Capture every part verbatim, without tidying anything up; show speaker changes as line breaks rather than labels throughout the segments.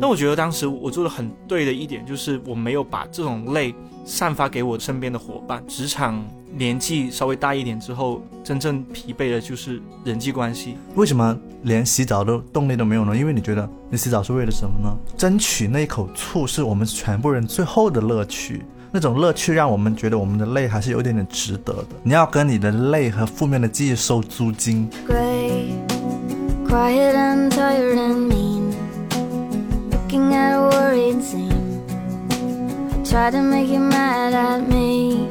但我觉得当时我做的很对的一点就是我没有把这种累散发给我身边的伙伴。职场年纪稍微大一点之后，真正疲惫的就是人际关系。
为什么连洗澡的动力都没有呢？因为你觉得你洗澡是为了什么呢？争取那一口醋是我们全部人最后的乐趣，那种乐趣让我们觉得我们的累还是有点点值得的。你要跟你的累和负面的记忆收租金。
Gray, quiet and tired and mean, looking at a worried scene. I tried to make you mad at me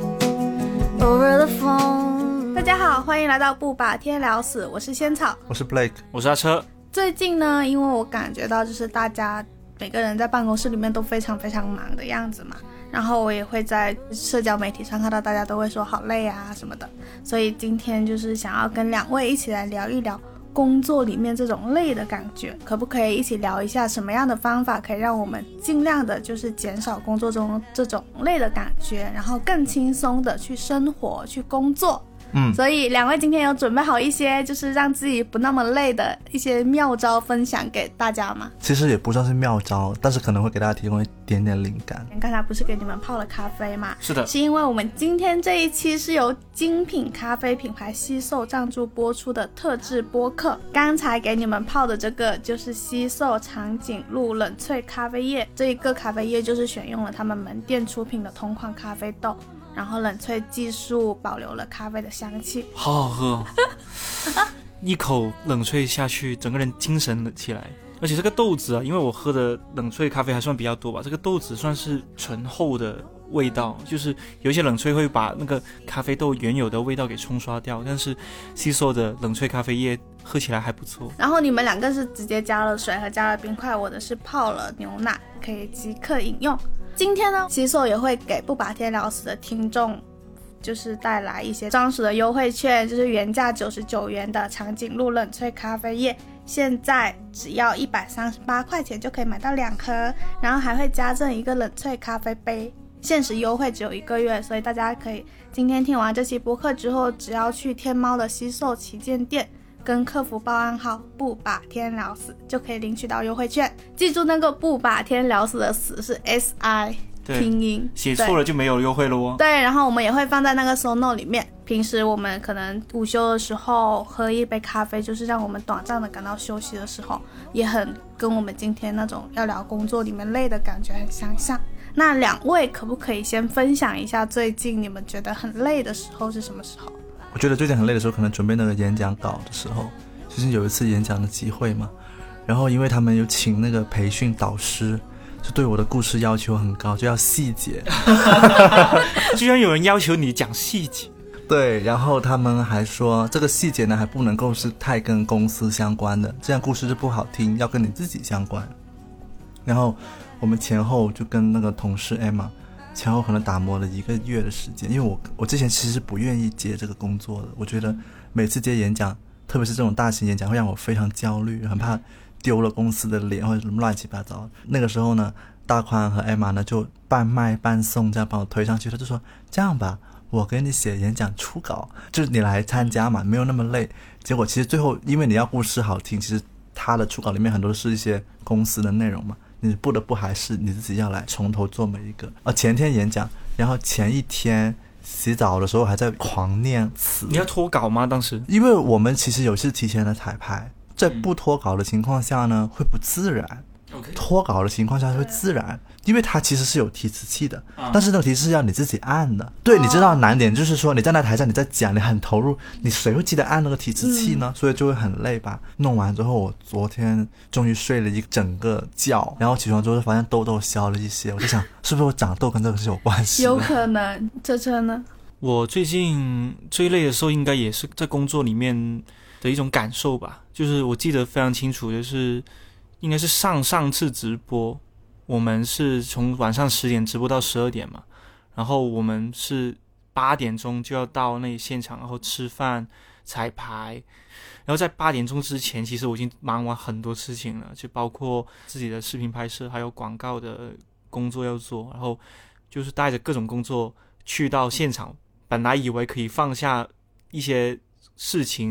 over the phone.
大家好，欢迎来到不把天聊死，我是仙草，
我是 Blake，
我是阿车。
最近呢，因为我感觉到就是大家每个人在办公室里面都非常非常忙的样子嘛，然后我也会在社交媒体上看到大家都会说好累啊什么的，所以今天就是想要跟两位一起来聊一聊工作里面这种累的感觉，可不可以一起聊一下什么样的方法可以让我们尽量的就是减少工作中这种累的感觉，然后更轻松的去生活去工作。嗯，所以两位今天有准备好一些就是让自己不那么累的一些妙招分享给大家吗？
其实也不算是妙招，但是可能会给大家提供一点点灵感。
刚才不是给你们泡了咖啡吗？
是的，
是因为我们今天这一期是由精品咖啡品牌西瘦赞助播出的特制播客。刚才给你们泡的这个就是西瘦长颈鹿冷萃咖啡液，这一个咖啡液就是选用了他们门店出品的同款咖啡豆，然后冷萃技术保留了咖啡的香气，
好好喝一口冷萃下去整个人精神了起来。而且这个豆子啊，因为我喝的冷萃咖啡还算比较多吧，这个豆子算是醇厚的味道，就是有一些冷萃会把那个咖啡豆原有的味道给冲刷掉，但是吸收的冷萃咖啡液喝起来还不错。
然后你们两个是直接加了水和加了冰块，我的是泡了牛奶，可以即刻饮用。今天呢，西瘦也会给不把天聊死的听众就是带来一些专属的优惠券，就是原价九十九元的长颈鹿冷萃咖啡液，现在只要一百三十八块钱就可以买到两颗，然后还会加赠一个冷萃咖啡杯，限时优惠只有一个月，所以大家可以今天听完这期播客之后，只要去天猫的西瘦旗舰店跟客服报暗号不把天聊死就可以领取到优惠券。记住那个不把天聊死的死是 S I 拼音，
写错了就没有优惠了哦。
对，然后我们也会放在那个 show note 里面。平时我们可能午休的时候喝一杯咖啡，就是让我们短暂的感到休息的时候，也很跟我们今天那种要聊工作里面累的感觉很相像。那两位可不可以先分享一下最近你们觉得很累的时候是什么时候？
我觉得最近很累的时候，可能准备那个演讲稿的时候，就是有一次演讲的机会嘛，然后因为他们有请那个培训导师，就对我的故事要求很高，就要细节
居然有人要求你讲细节。
对，然后他们还说这个细节呢还不能够是太跟公司相关的，这样故事是不好听，要跟你自己相关。然后我们前后就跟那个同事 Emma前后可能打磨了一个月的时间，因为我我之前其实是不愿意接这个工作的，我觉得每次接演讲，特别是这种大型演讲会让我非常焦虑，很怕丢了公司的脸或者什么乱七八糟。那个时候呢，大宽和 Emma 呢就半卖半送这样把我推上去，他就说这样吧，我给你写演讲初稿，就是你来参加嘛，没有那么累。结果其实最后因为你要故事好听，其实他的初稿里面很多是一些公司的内容嘛，你不得不还是你自己要来从头做每一个。呃，前天演讲，然后前一天洗澡的时候还在狂念词。
你要脱稿吗？当时
因为我们其实有是提前的彩排，在不脱稿的情况下呢，会不自然。
Okay.
脱稿的情况下会自然，因为它其实是有提词器的，啊、但是那个提词器要你自己按的。对，你知道难点就是说你站在台上你在讲，你很投入，你谁会记得按那个提词器呢？嗯、所以就会很累吧。弄完之后，我昨天终于睡了一整个觉，然后起床之后就发现痘痘消了一些，我就想是不是我长痘跟这个是有关系的？
有可能。车车呢？
我最近最累的时候应该也是在工作里面的一种感受吧，就是我记得非常清楚，就是应该是上上次直播，我们是从晚上十点直播到十二点嘛，然后我们是八点钟就要到那现场，然后吃饭彩排，然后在八点钟之前其实我已经忙完很多事情了，就包括自己的视频拍摄还有广告的工作要做，然后就是带着各种工作去到现场，本来以为可以放下一些事情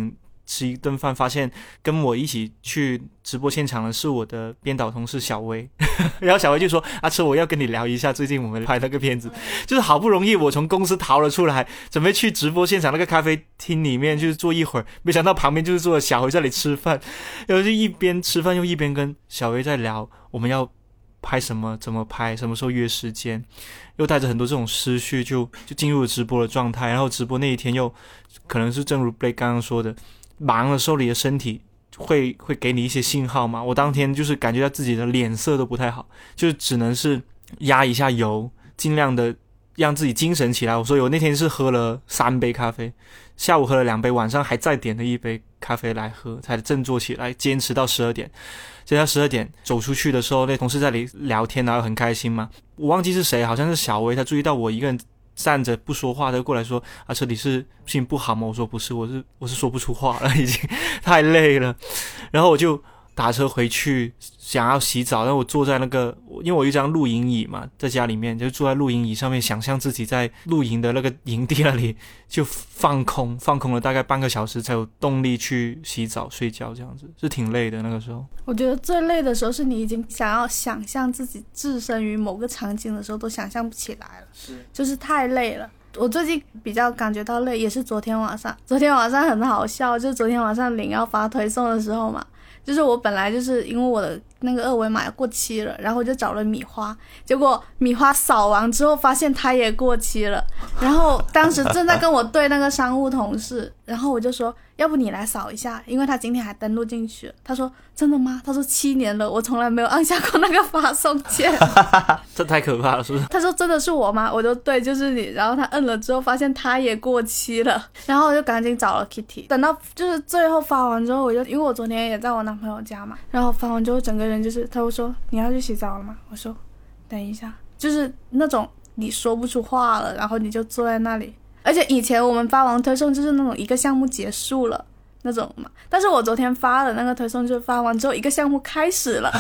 吃一顿饭，发现跟我一起去直播现场的是我的编导同事小薇然后小薇就说阿车我要跟你聊一下最近我们拍那个片子，就是好不容易我从公司逃了出来，准备去直播现场那个咖啡厅里面就是坐一会儿，没想到旁边就是坐了小薇在那里吃饭，然后就一边吃饭又一边跟小薇在聊我们要拍什么，怎么拍，什么时候约时间，又带着很多这种思绪就就进入了直播的状态。然后直播那一天又可能是正如 Blake 刚刚说的，忙的时候你的身体会会给你一些信号嘛。我当天就是感觉到自己的脸色都不太好，就只能是压一下油，尽量的让自己精神起来。我说我那天是喝了三杯咖啡，下午喝了两杯，晚上还再点了一杯咖啡来喝，才振作起来，坚持到十二点。接到十二点走出去的时候，那同事在那里聊天，然后很开心嘛。我忘记是谁，好像是小薇，他注意到我一个人站着不说话，他就过来说啊，这里是心情不好吗？我说不是，我是我是说不出话了，已经太累了。然后我就打车回去，想要洗澡，然后我坐在那个，因为我有一张露营椅嘛，在家里面就坐在露营椅上面，想象自己在露营的那个营地那里就放空，放空了大概半个小时才有动力去洗澡睡觉，这样子是挺累的那个时候。
我觉得最累的时候是你已经想要想象自己置身于某个场景的时候都想象不起来了，是就是太累了。我最近比较感觉到累也是昨天晚上，昨天晚上很好笑，就是昨天晚上领要发推送的时候嘛，就是我本来就是因为我的那个二维码过期了，然后我就找了米花，结果米花扫完之后发现它也过期了，然后当时正在跟我对那个商务同事，然后我就说要不你来扫一下，因为他今天还登录进去了。他说真的吗？他说七年了我从来没有按下过那个发送键
这太可怕了是不是？
他说真的是我吗？我就对就是你，然后他摁了之后发现他也过期了，然后我就赶紧找了 Kitty， 等到就是最后发完之后，我就因为我昨天也在我男朋友家嘛，然后发完之后整个人就是他会说你要去洗澡了吗？我说等一下，就是那种你说不出话了，然后你就坐在那里。而且以前我们发完推送就是那种一个项目结束了那种嘛，但是我昨天发的那个推送就是发完之后一个项目开始了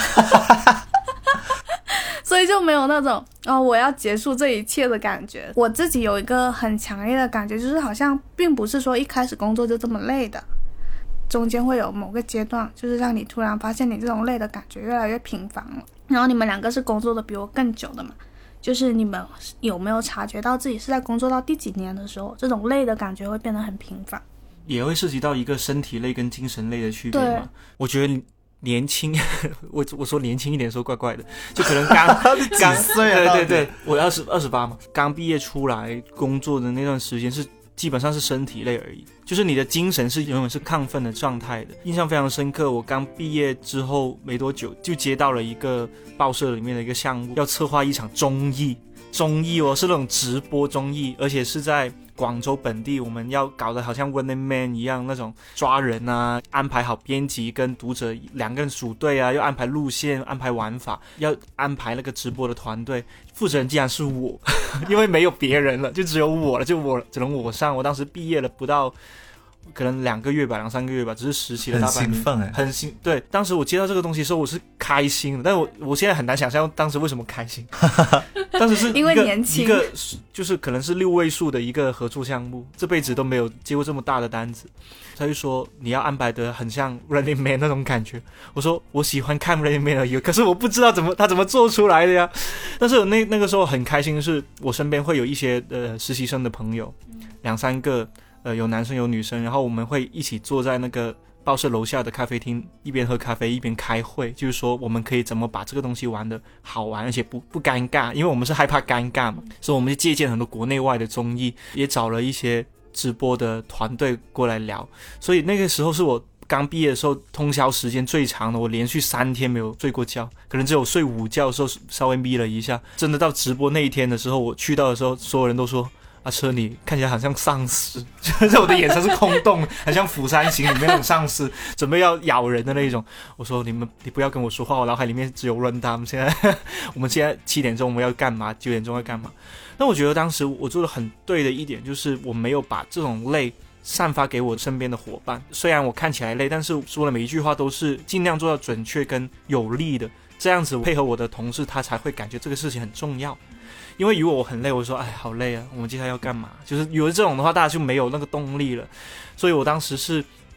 所以就没有那种哦我要结束这一切的感觉。我自己有一个很强烈的感觉，就是好像并不是说一开始工作就这么累的，中间会有某个阶段就是让你突然发现你这种累的感觉越来越频繁了。然后你们两个是工作的比我更久的嘛，就是你们有没有察觉到自己是在工作到第几年的时候这种累的感觉会变得很频繁？
也会涉及到一个身体累跟精神累的区别嘛。我觉得年轻我我说年轻一点说怪怪的，就可能刚刚
岁啊，
对对对，我二十二十八嘛，刚毕业出来工作的那段时间是基本上是身体累而已，就是你的精神是永远是亢奋的状态的。印象非常深刻，我刚毕业之后没多久就接到了一个报社里面的一个项目，要策划一场综艺，综艺哦是那种直播综艺，而且是在广州本地，我们要搞得好像 Running Man 一样，那种抓人啊，安排好编辑跟读者两个人组队啊，要安排路线，安排玩法，要安排那个直播的团队，负责人竟然是我因为没有别人了，就只有我了，就我只能我上。我当时毕业了不到可能两个月吧，两三个月吧，只是实习了大半年，
很兴奋哎，
很兴对。当时我接到这个东西的时候，我是开心的，但我我现在很难想象当时为什么开心。当时是一个
因为年轻，
一个就是可能是六位数的一个合作项目，这辈子都没有接过这么大的单子。他就说你要安排的很像 Running Man 那种感觉。我说我喜欢看 Running Man 而已，可是我不知道怎么他怎么做出来的呀。但是我那那个时候很开心的是，我身边会有一些呃实习生的朋友，两三个。呃，有男生有女生，然后我们会一起坐在那个报社楼下的咖啡厅，一边喝咖啡一边开会，就是说我们可以怎么把这个东西玩得好玩，而且不不尴尬，因为我们是害怕尴尬嘛，所以我们就借鉴很多国内外的综艺，也找了一些直播的团队过来聊。所以那个时候是我刚毕业的时候通宵时间最长的，我连续三天没有睡过觉，可能只有睡午觉的时候稍微眯了一下。真的到直播那一天的时候，我去到的时候，所有人都说阿车你看起来好像丧尸，就是我的眼神是空洞，很像釜山行里面那种丧尸准备要咬人的那一种。我说你们你不要跟我说话，我脑海里面只有 run down。 现在我们现在七点钟我们要干嘛，九点钟要干嘛。但我觉得当时我做的很对的一点就是我没有把这种累散发给我身边的伙伴。虽然我看起来累，但是说的每一句话都是尽量做到准确跟有力的，这样子配合我的同事他才会感觉这个事情很重要。因为如果我很累，我说哎好累啊，我们接下来要干嘛，就是有这种的话大家就没有那个动力了。所以我当时是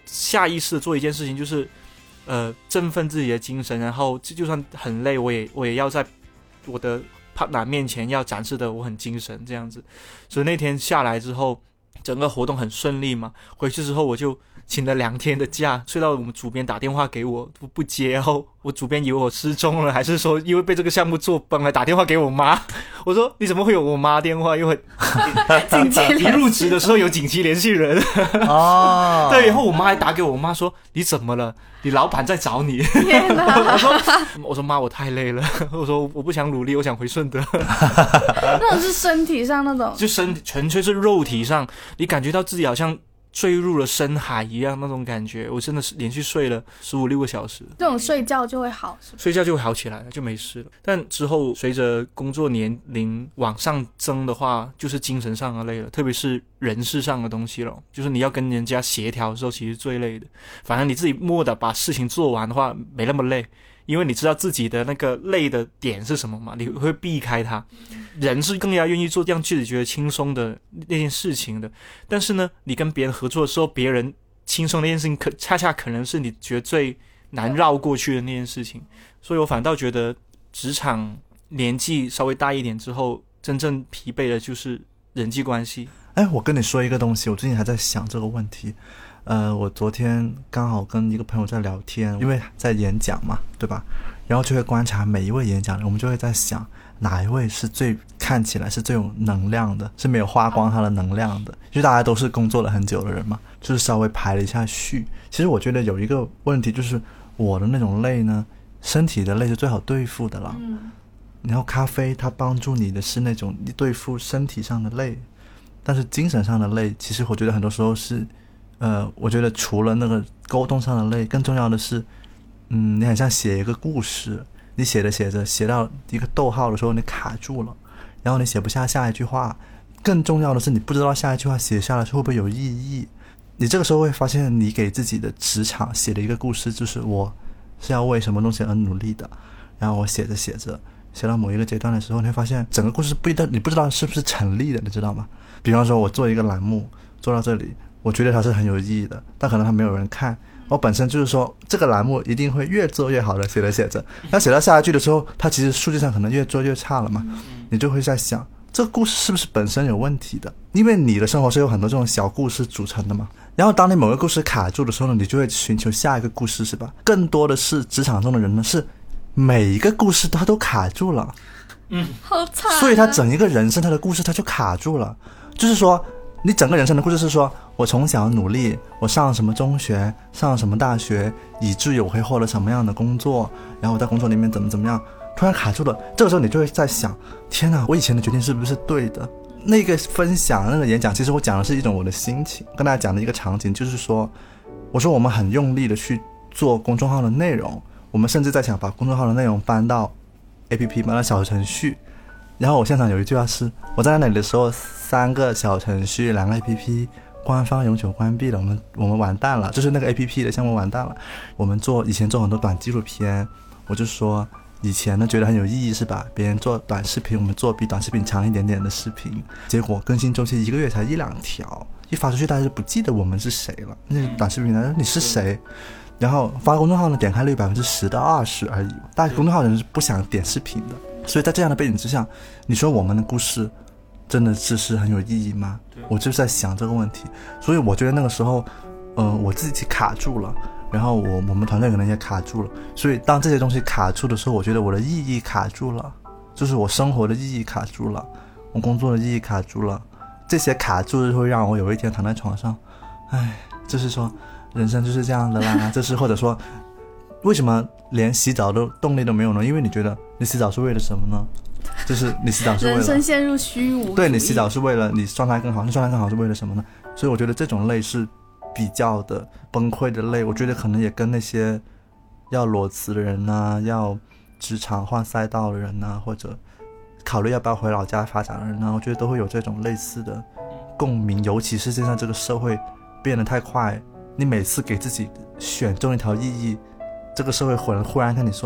下意识的做一件事情，就是呃振奋自己的精神，然后就算很累，我也我也要在我的 partner 面前要展示的我很精神这样子。所以那天下来之后，整个活动很顺利嘛。回去之后我就请了两天的假，睡到我们主编打电话给我不接，然后我主编以为我失踪了，还是说因为被这个项目做崩了，打电话给我妈。我说你怎么会有我妈电话？因为
紧急联系
一入职的时候有紧急联系人
哦，
对，然后我妈还打给我妈说你怎么了？你老板在找你。
天哪
我说我说妈我太累了，我说我不想努力，我想回顺德。
那种是身体上那种，
就身纯粹是肉体上，你感觉到自己好像坠入了深海一样那种感觉。我真的是连续睡了十五六个小时，
这种睡觉就会好，是吧？
睡觉就会好起来了，就没事了。但之后随着工作年龄往上增的话，就是精神上的累了，特别是人事上的东西了，就是你要跟人家协调的时候其实最累的。反正你自己默的把事情做完的话没那么累，因为你知道自己的那个累的点是什么嘛，你会避开它。人是更加愿意做这样自己觉得轻松的那件事情的，但是呢你跟别人合作的时候，别人轻松那件事情可恰恰可能是你觉得最难绕过去的那件事情。所以我反倒觉得职场年纪稍微大一点之后，真正疲惫的就是人际关系。
哎，我跟你说一个东西，我最近还在想这个问题。呃，我昨天刚好跟一个朋友在聊天，因为在演讲嘛，对吧？然后就会观察每一位演讲人，我们就会在想哪一位是最看起来是最有能量的，是没有花光他的能量的。因为大家都是工作了很久的人嘛，就是稍微排了一下序。其实我觉得有一个问题，就是我的那种累呢，身体的累是最好对付的了。嗯。然后咖啡它帮助你的是那种你对付身体上的累，但是精神上的累，其实我觉得很多时候是。呃，我觉得除了那个沟通上的累，更重要的是，嗯，你很像写一个故事，你写着写着，写到一个逗号的时候，你卡住了，然后你写不下下一句话。更重要的是，你不知道下一句话写下来会不会有意义。你这个时候会发现，你给自己的职场写了一个故事，就是我是要为什么东西而努力的。然后我写着写着，写到某一个阶段的时候，你会发现整个故事不一定，你不知道是不是成立的，你知道吗？比方说，我做一个栏目，做到这里。我觉得它是很有意义的，但可能它没有人看。我本身就是说，这个栏目一定会越做越好的，写着写着，那写到下一句的时候，它其实数据上可能越做越差了嘛。你就会在想，这个故事是不是本身有问题的？因为你的生活是有很多这种小故事组成的嘛。然后当你某个故事卡住的时候呢，你就会寻求下一个故事，是吧？更多的是职场中的人呢，是每一个故事它都卡住了，
嗯，
好惨啊。
所以他整一个人生他的故事他就卡住了，就是说。你整个人生的故事是说，我从小努力，我上了什么中学，上了什么大学，以至于我会获得什么样的工作，然后我在工作里面怎么怎么样，突然卡住了。这个时候你就会在想，天哪，我以前的决定是不是对的？那个分享那个演讲，其实我讲的是一种我的心情，跟大家讲的一个场景，就是说，我说我们很用力的去做公众号的内容，我们甚至在想把公众号的内容搬到 A P P， 搬到小程序。然后我现场有一句话是，我在那里的时候，三个小程序，两个 A P P， 官方永久关闭了，我们我们完蛋了，就是那个 A P P 的项目完蛋了。我们做以前做很多短纪录片，我就说以前呢觉得很有意义是吧？别人做短视频，我们做比短视频长一点点的视频，结果更新周期一个月才一两条，一发出去大家就不记得我们是谁了。那短视频呢，你是谁？然后发公众号呢，点开率百分之十到二十而已，大家公众号的人是不想点视频的。所以在这样的背景之下，你说我们的故事真的只是很有意义吗？我就在想这个问题。所以我觉得那个时候呃，我自己卡住了，然后我我们团队可能也卡住了。所以当这些东西卡住的时候，我觉得我的意义卡住了，就是我生活的意义卡住了，我工作的意义卡住了。这些卡住就会让我有一天躺在床上，唉，就是说人生就是这样的啦。就是或者说为什么连洗澡的动力都没有呢？因为你觉得你洗澡是为了什么呢？就是你洗澡是为了
人生陷入虚无。
对，你洗澡是为了你状态更好，你状态更好是为了什么呢？所以我觉得这种累是比较的崩溃的累。我觉得可能也跟那些要裸辞的人啊，要职场换赛道的人啊，或者考虑要不要回老家发展的人啊，我觉得都会有这种类似的共鸣。尤其是现在这个社会变得太快，你每次给自己选中一条意义，这个社会忽然忽然跟你说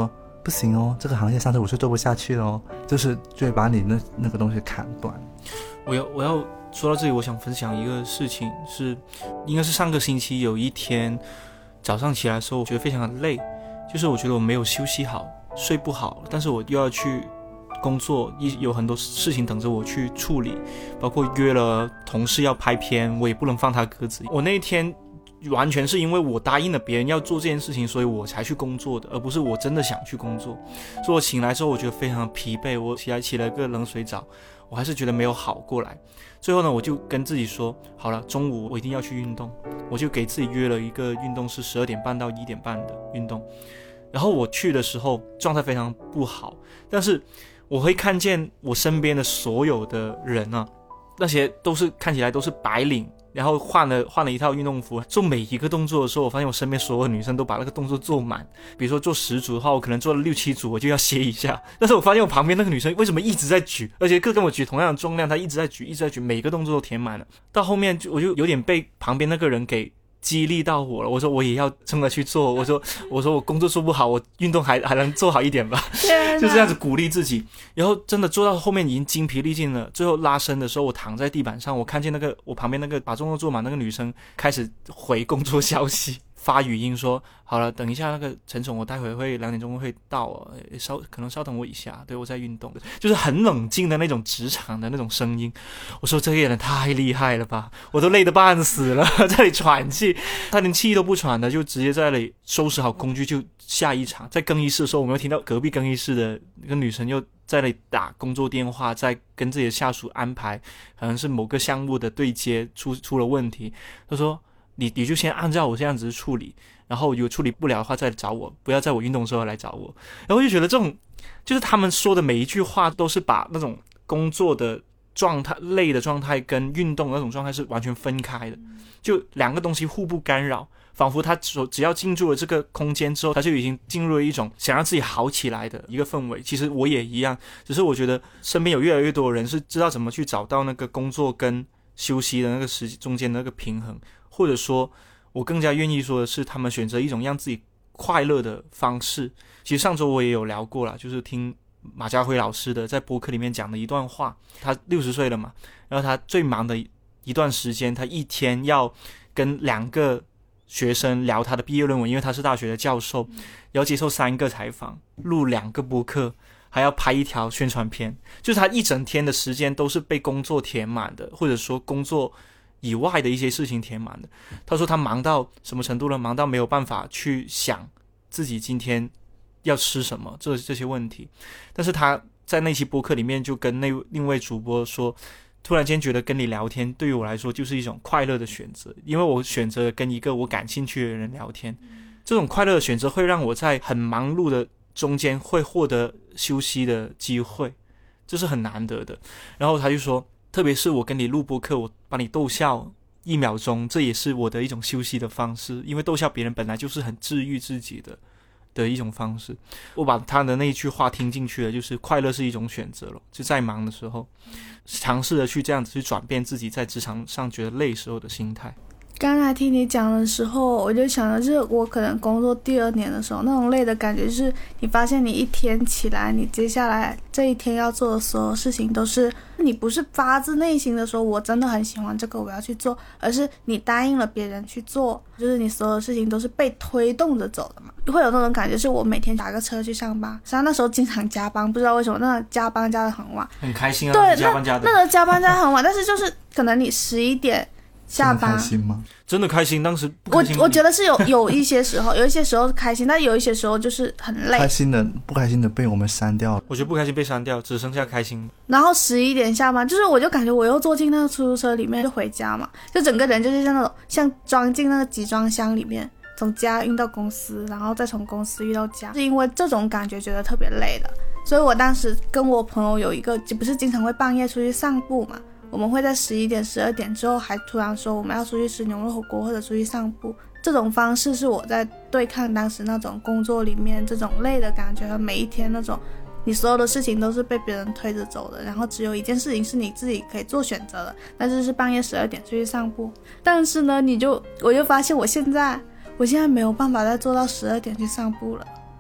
不行哦，这个行业三十五岁做不下去哦，就是就会把你那那个东西砍断。
我要我要说到这里，我想分享一个事情，是应该是上个星期有一天早上起来的时候，我觉得非常的累，就是我觉得我没有休息好，睡不好，但是我又要去工作，有很多事情等着我去处理，包括约了同事要拍片，我也不能放他鸽子。我那一天完全是因为我答应了别人要做这件事情，所以我才去工作的，而不是我真的想去工作。所以我醒来之后我觉得非常疲惫，我起来起了个冷水澡，我还是觉得没有好过来。最后呢，我就跟自己说好了，中午我一定要去运动，我就给自己约了一个运动是十二点半到一点半的运动。然后我去的时候状态非常不好，但是我会看见我身边的所有的人啊，那些都是看起来都是白领，然后换了换了一套运动服，做每一个动作的时候，我发现我身边所有女生都把那个动作做满。比如说做十组的话，我可能做了六七组我就要歇一下，但是我发现我旁边那个女生为什么一直在举，而且跟我举同样的重量，她一直在举一直在举，每个动作都填满了。到后面就我就有点被旁边那个人给激励到我了，我说我也要真的去做，我说我说我工作做不好，我运动还还能做好一点吧，就这样子鼓励自己。然后真的做到后面已经精疲力尽了，最后拉伸的时候，我躺在地板上，我看见那个我旁边那个把动作做满那个女生开始回工作消息，发语音说好了，等一下那个陈总，我待会会两点钟会到，稍可能稍等我一下，对，我在运动，就是很冷静的那种职场的那种声音。我说这个人太厉害了吧，我都累得半死了，在那里喘气，他连气都不喘的，就直接在那里收拾好工具就下一场。在更衣室的时候，我们又听到隔壁更衣室的那个女生又在那里打工作电话，在跟自己的下属安排，可能是某个项目的对接出出了问题。他说你你就先按照我这样子处理，然后有处理不了的话再找我，不要在我运动的时候来找我。然后我就觉得这种就是他们说的每一句话都是把那种工作的状态累的状态跟运动的那种状态是完全分开的，就两个东西互不干扰，仿佛他只要进入了这个空间之后，他就已经进入了一种想让自己好起来的一个氛围。其实我也一样，只是我觉得身边有越来越多的人是知道怎么去找到那个工作跟休息的那个时中间的那个平衡，或者说我更加愿意说的是他们选择一种让自己快乐的方式。其实上周我也有聊过啦，就是听马家辉老师的在播客里面讲的一段话，他六十岁了嘛，然后他最忙的一段时间，他一天要跟两个学生聊他的毕业论文，因为他是大学的教授，要接受三个采访，录两个播客，还要拍一条宣传片，就是他一整天的时间都是被工作填满的，或者说工作以外的一些事情填满的。他说他忙到什么程度呢？忙到没有办法去想自己今天要吃什么这这些问题。但是他在那期播客里面就跟那另位主播说，突然间觉得跟你聊天对于我来说就是一种快乐的选择，因为我选择跟一个我感兴趣的人聊天，这种快乐的选择会让我在很忙碌的中间会获得休息的机会，这是很难得的。然后他就说，特别是我跟你录播客，我把你逗笑一秒钟，这也是我的一种休息的方式，因为逗笑别人本来就是很治愈自己的的一种方式。我把他的那一句话听进去了，就是快乐是一种选择了，就在忙的时候尝试着去这样子去转变自己在职场上觉得累时候的心态。
刚才听你讲的时候，我就想的就是我可能工作第二年的时候，那种累的感觉就是你发现你一天起来，你接下来这一天要做的所有事情都是你不是发自内心的说我真的很喜欢这个我要去做，而是你答应了别人去做，就是你所有事情都是被推动着走的嘛。会有那种感觉是我每天打个车去上班，实际上那时候经常加班，不知道为什么那加班加得很晚，
很开心啊。
对，
加班加的
那那个加班加得很晚，但是就是可能你十一点下班，
真的开心吗？
真的开心，当时不开心。
我我觉得是有有一些时候，有一些时候开心，但有一些时候就是很累。
开心的、不开心的被我们删掉了。
我觉得不开心被删掉，只剩下开心。
然后十一点下班，就是我就感觉我又坐进那个出租车里面就回家嘛，就整个人就是像那种像装进那个集装箱里面，从家运到公司，然后再从公司运到家，是因为这种感觉觉得特别累的。所以我当时跟我朋友有一个，不是经常会半夜出去散步嘛。我们会在十一点、十二点之后还突然说我们要出去吃牛肉火锅或者出去散步，这种方式是我在对抗当时那种工作里面这种累的感觉和每一天那种你所有的事情都是被别人推着走的，然后只有一件事情是你自己可以做选择的，那就是半夜十二点出去散步。但是呢，你就我就发现我现在我现在没有办法再做到十二点去散步了，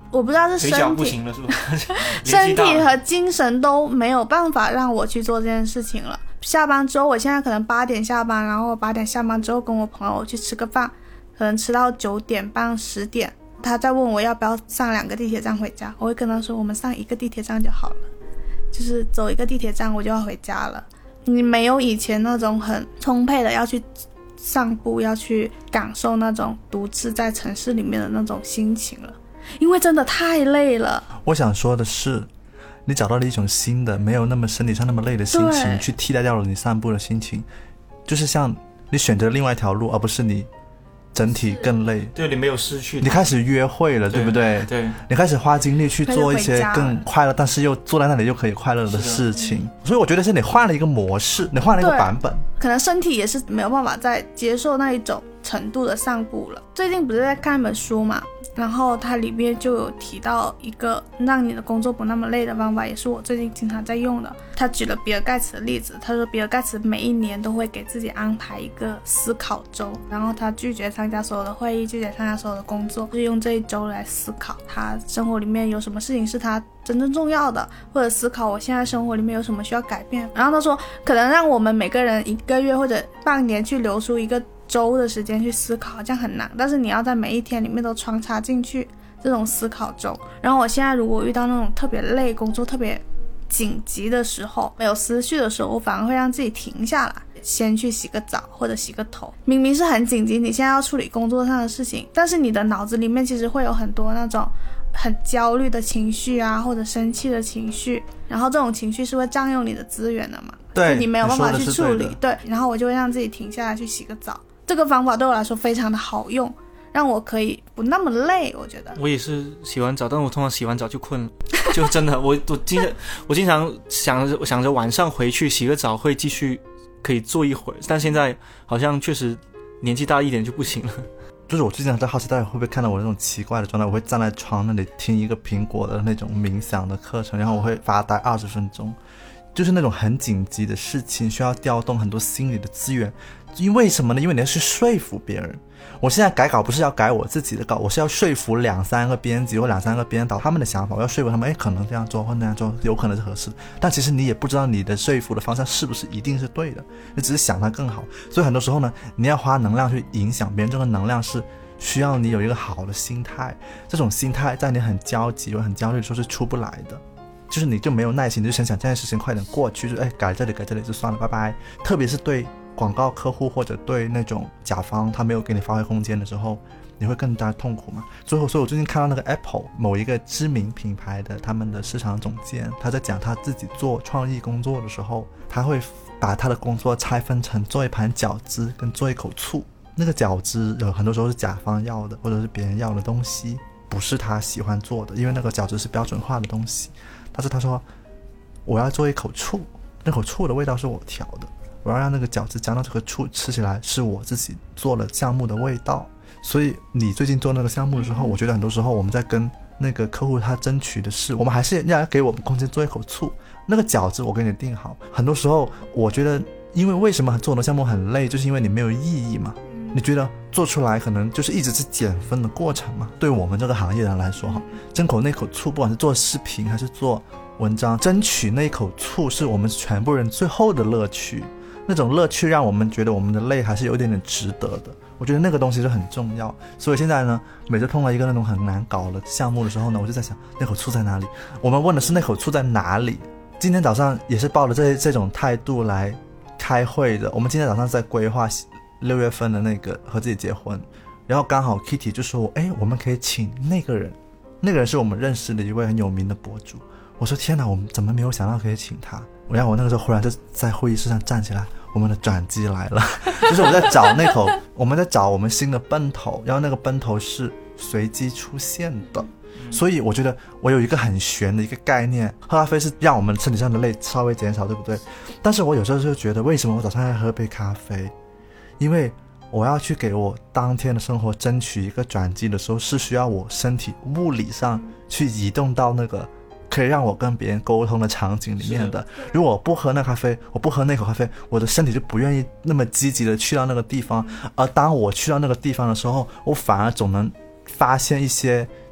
我不知道是
腿脚
身体
不行了是吧？
身体和精神都没有办法让我去做这件事情了。下班之后，我现在可能八点下班，然后八点下班之后跟我朋友去吃个饭，可能吃到九点半十点，他再问我要不要上两个地铁站回家，我会跟他说我们上一个地铁站就好了，就是走一个地铁站我就要回家了。你没有以前那种很充沛的要去散步，要去感受那种独自在城市里面的那种心情了，因为真的太累了。
我想说的是，你找到了一种新的没有那么身体上那么累的心情，去替代掉了你散步的心情，就是像你选择另外一条路，而不是你整体更累。
对，你没有失去，
你开始约会了， 对, 对不对？
对，
你开始花精力去做一些更快乐，但是又坐在那里又可以快乐的事情。所以我觉得是你换了一个模式，你换了一个版本，
可能身体也是没有办法再接受那一种程度的散步了。最近不是在看一本书嘛，然后它里面就有提到一个让你的工作不那么累的方法，也是我最近经常在用的。他举了比尔盖茨的例子，他说比尔盖茨每一年都会给自己安排一个思考周，然后他拒绝参加所有的会议，拒绝参加所有的工作，就是用这一周来思考他生活里面有什么事情是他真正重要的，或者思考我现在生活里面有什么需要改变。然后他说可能让我们每个人一个月或者半年去留出一个周的时间去思考，这样很难，但是你要在每一天里面都穿插进去这种思考中。然后我现在如果遇到那种特别累，工作特别紧急的时候，没有思绪的时候，我反而会让自己停下来，先去洗个澡或者洗个头。明明是很紧急，你现在要处理工作上的事情，但是你的脑子里面其实会有很多那种很焦虑的情绪啊，或者生气的情绪，然后这种情绪是会占用你的资源的嘛，
对，
你没有办法去处理。
对,
对，然后我就会让自己停下来去洗个澡。这个方法对我来说非常的好用，让我可以不那么累。我觉得
我也是洗完澡，但我通常洗完澡就困了，就真的我我经常我经常想着想着晚上回去洗个澡会继续可以坐一会儿，但现在好像确实年纪大一点就不行了。
就是我最近在好奇大家会不会看到我那种奇怪的状态，我会站在床那里听一个苹果的那种冥想的课程，然后我会发呆二十分钟，就是那种很紧急的事情需要调动很多心理的资源。因为什么呢？因为你要去说服别人。我现在改稿不是要改我自己的稿，我是要说服两三个编辑或两三个编导他们的想法，我要说服他们，哎，可能这样做或那样做有可能是合适的。但其实你也不知道你的说服的方向是不是一定是对的，你只是想它更好。所以很多时候呢，你要花能量去影响别人，这个能量是需要你有一个好的心态，这种心态在你很焦急或很焦虑的时候是出不来的，就是你就没有耐心，你就想想这件事情快点过去，就哎改这里改这里就算了，拜拜。特别是对广告客户或者对那种甲方他没有给你发挥空间的时候，你会更加痛苦嘛。最后，所以我最近看到那个 Apple 某一个知名品牌的他们的市场总监，他在讲他自己做创意工作的时候，他会把他的工作拆分成做一盘饺子跟做一口醋。那个饺子有很多时候是甲方要的或者是别人要的东西，不是他喜欢做的，因为那个饺子是标准化的东西。但是他说我要做一口醋，那口醋的味道是我调的，我要让那个饺子沾到这个醋，吃起来是我自己做了项目的味道。所以你最近做那个项目的时候，我觉得很多时候我们在跟那个客户他争取的是，我们还是要给我们空间做一口醋，那个饺子我给你定好。很多时候我觉得，因为为什么做很多项目很累，就是因为你没有意义嘛。你觉得做出来可能就是一直是减分的过程嘛？对我们这个行业人来说哈，争口那口醋，不管是做视频还是做文章，争取那口醋是我们全部人最后的乐趣。那种乐趣让我们觉得我们的累还是有一点点值得的，我觉得那个东西是很重要。所以现在呢，每次碰到一个那种很难搞的项目的时候呢，我就在想那口醋在哪里。我们问的是那口醋在哪里。今天早上也是抱着这这种态度来开会的。我们今天早上在规划六月份的那个和自己结婚，然后刚好 Kitty 就说，哎，我们可以请那个人，那个人是我们认识的一位很有名的博主。我说天哪，我们怎么没有想到可以请他？然后我那个时候忽然就在会议室上站起来，我们的转机来了，就是我们在找那口，我们在找我们新的奔头，然后那个奔头是随机出现的。所以我觉得我有一个很玄的一个概念，喝咖啡是让我们身体上的累稍微减少，对不对？但是我有时候就觉得，为什么我早上要喝杯咖啡？因为我要去给我当天的生活争取一个转机的时候，是需要我身体物理上去移动到那个可以让我跟别人沟通的场景里面的。如果我不喝那咖啡，我不喝那口咖啡，我的身体就不愿意那么积极的去到那个地方。而当我去到那个地方的时候，我反而总能发现一些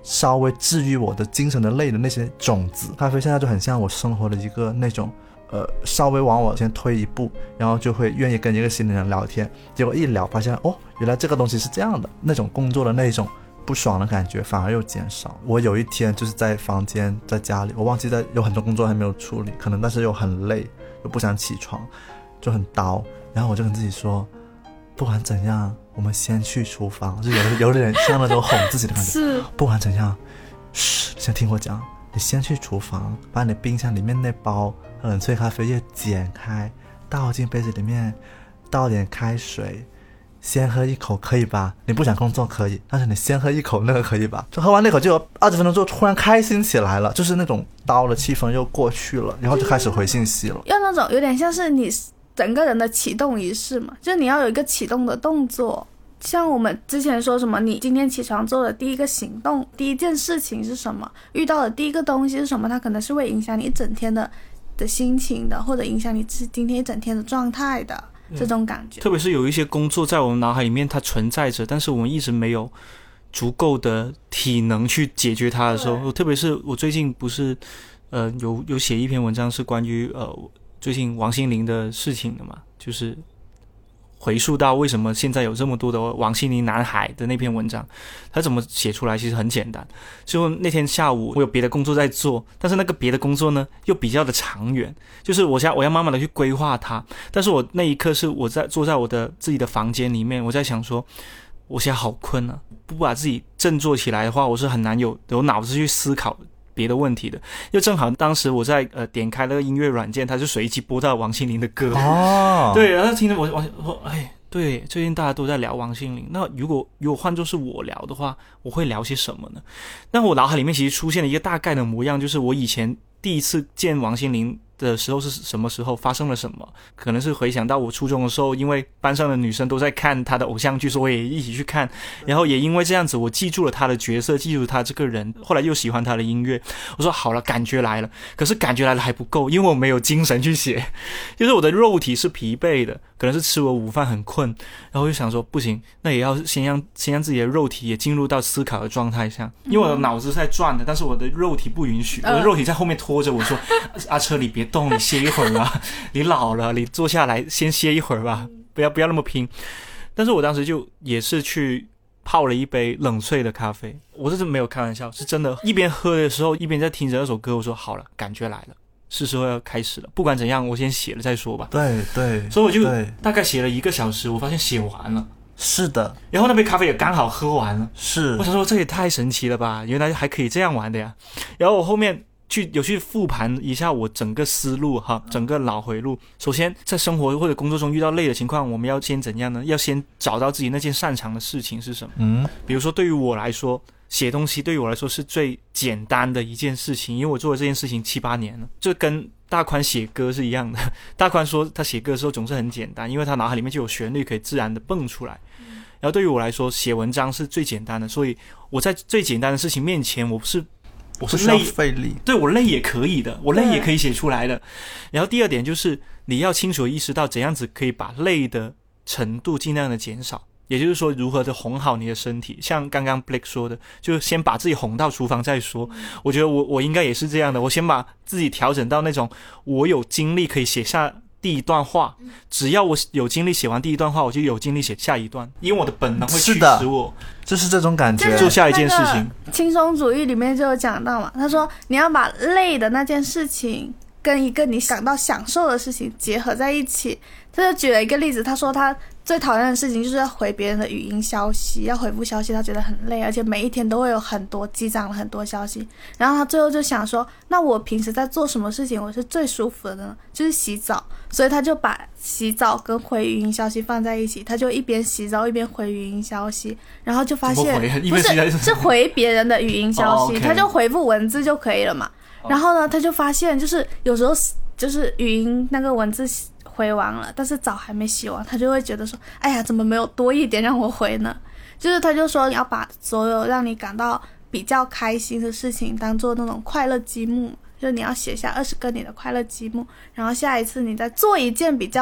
稍微治愈我的精神的累的那些种子。咖啡现在就很像我生活的一个那种呃，稍微往我先推一步，然后就会愿意跟一个新的人聊天，结果一聊发现哦，原来这个东西是这样的，那种工作的那种不爽的感觉反而又减少。我有一天就是在房间在家里，我忘记在有很多工作还没有处理，可能但是又很累又不想起床，就很刀，然后我就跟自己说，不管怎样我们先去厨房，就有有点像那种哄自己的感觉
是
不管怎样，嘘，先听我讲，你先去厨房把你冰箱里面那包冷萃咖啡液剪开，倒进杯子里面，倒点开水，先喝一口可以吧？你不想工作可以，但是你先喝一口那个可以吧？就喝完那口就有二十分钟之后突然开心起来了，就是那种刀的气氛又过去了，然后就开始回信息了。
要那种有点像是你整个人的启动仪式嘛，就是你要有一个启动的动作。像我们之前说什么，你今天起床做的第一个行动，第一件事情是什么？遇到的第一个东西是什么？它可能是会影响你一整天的的心情的，或者影响你今天一整天的状态的。这种感觉，
特别是有一些工作在我们脑海里面它存在着，但是我们一直没有足够的体能去解决它的时候，特别是我最近不是呃有有写一篇文章是关于呃最近王心凌的事情的嘛，就是回溯到为什么现在有这么多的王心凌男孩的那篇文章，他怎么写出来其实很简单。就那天下午我有别的工作在做，但是那个别的工作呢又比较的长远，就是我想我要慢慢的去规划它，但是我那一刻是我在坐在我的自己的房间里面，我在想说我现在好困啊，不把自己振作起来的话，我是很难有有脑子去思考别的问题的。又正好当时我在呃点开那个音乐软件，它就随机播到王心凌的歌哦，对，然后听着我我我哎，对，最近大家都在聊王心凌，那如果如果换作是我聊的话，我会聊些什么呢？但我脑海里面其实出现了一个大概的模样，就是我以前第一次见王心凌的时候是什么时候，发生了什么，可能是回想到我初中的时候，因为班上的女生都在看她的偶像剧，所以我也一起去看，然后也因为这样子我记住了她的角色，记住了她这个人，后来又喜欢她的音乐。我说好了，感觉来了，可是感觉来了还不够，因为我没有精神去写，就是我的肉体是疲惫的，可能是吃我午饭很困，然后我就想说不行，那也要先让先让自己的肉体也进入到思考的状态下，因为我的脑子是在转的，但是我的肉体不允许，我的肉体在后面拖着我说阿车你别动，你歇一会儿吧，你老了，你坐下来先歇一会儿吧，不要不要那么拼。但是我当时就也是去泡了一杯冷萃的咖啡，我是真没有开玩笑，是真的，一边喝的时候一边在听着那首歌，我说好了，感觉来了，是时候要开始了，不管怎样我先写了再说吧。
对对，
所以我就大概写了一个小时，我发现写完了。
是的，
然后那杯咖啡也刚好喝完了，
是，
我想说这也太神奇了吧，原来还可以这样玩的呀。然后我后面去有去复盘一下我整个思路哈，整个脑回路。首先在生活或者工作中遇到累的情况，我们要先怎样呢？要先找到自己那件擅长的事情是什么。嗯，比如说对于我来说，写东西对于我来说是最简单的一件事情，因为我做了这件事情七八年了，就跟大宽写歌是一样的。大宽说他写歌的时候总是很简单，因为他脑海里面就有旋律可以自然的蹦出来。然后对于我来说，写文章是最简单的，所以我在最简单的事情面前，我是我是累
费力，
对，我累也可以的，我累也可以写出来的。然后第二点就是你要清楚意识到怎样子可以把累的程度尽量的减少，也就是说如何的哄好你的身体。像刚刚 Blake 说的，就先把自己哄到厨房再说。我觉得我我应该也是这样的，我先把自己调整到那种我有精力可以写下第一段话，只要我有精力写完第一段话，我就有精力写下一段，因为我的本能会驱使我，
就是这种感觉，
做下一件事情。
轻松主义里面就有讲到嘛，他说你要把累的那件事情跟一个你感到享受的事情结合在一起。他就举了一个例子，他说他最讨厌的事情就是要回别人的语音消息，要回复消息他觉得很累，而且每一天都会有很多积攒了很多消息。然后他最后就想说，那我平时在做什么事情我是最舒服的呢？就是洗澡。所以他就把洗澡跟回语音消息放在一起，他就一边洗澡一边回语音消息，然后就发现不是是回别人的语音消息、oh, okay. 他就回复文字就可以了嘛。然后呢他就发现就是有时候就是语音那个文字回完了，但是澡还没洗完，他就会觉得说哎呀怎么没有多一点让我回呢？就是他就说你要把所有让你感到比较开心的事情当做那种快乐积木，就是你要写下二十个你的快乐积木，然后下一次你再做一件比较